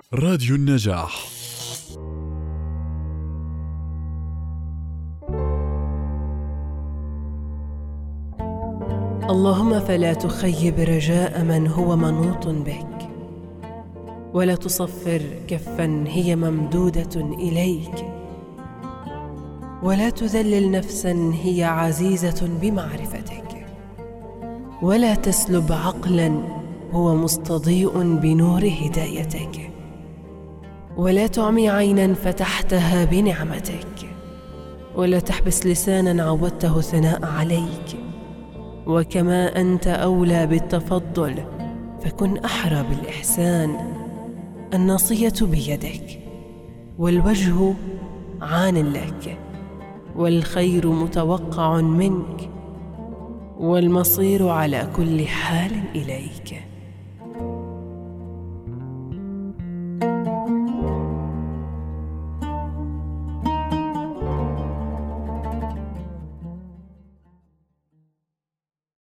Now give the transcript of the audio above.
راديو النجاح. اللهم فلا تخيب رجاء من هو منوط بك، ولا تصفر كفا هي ممدودة إليك، ولا تذلل نفسا هي عزيزة بمعرفتك، ولا تسلب عقلا هو مستضيء بنور هدايتك، ولا تعمي عينا فتحتها بنعمتك، ولا تحبس لسانا عودته ثناء عليك. وكما أنت أولى بالتفضل فكن أحرى بالإحسان. الناصية بيدك، والوجه عان لك، والخير متوقع منك، والمصير على كل حال إليك.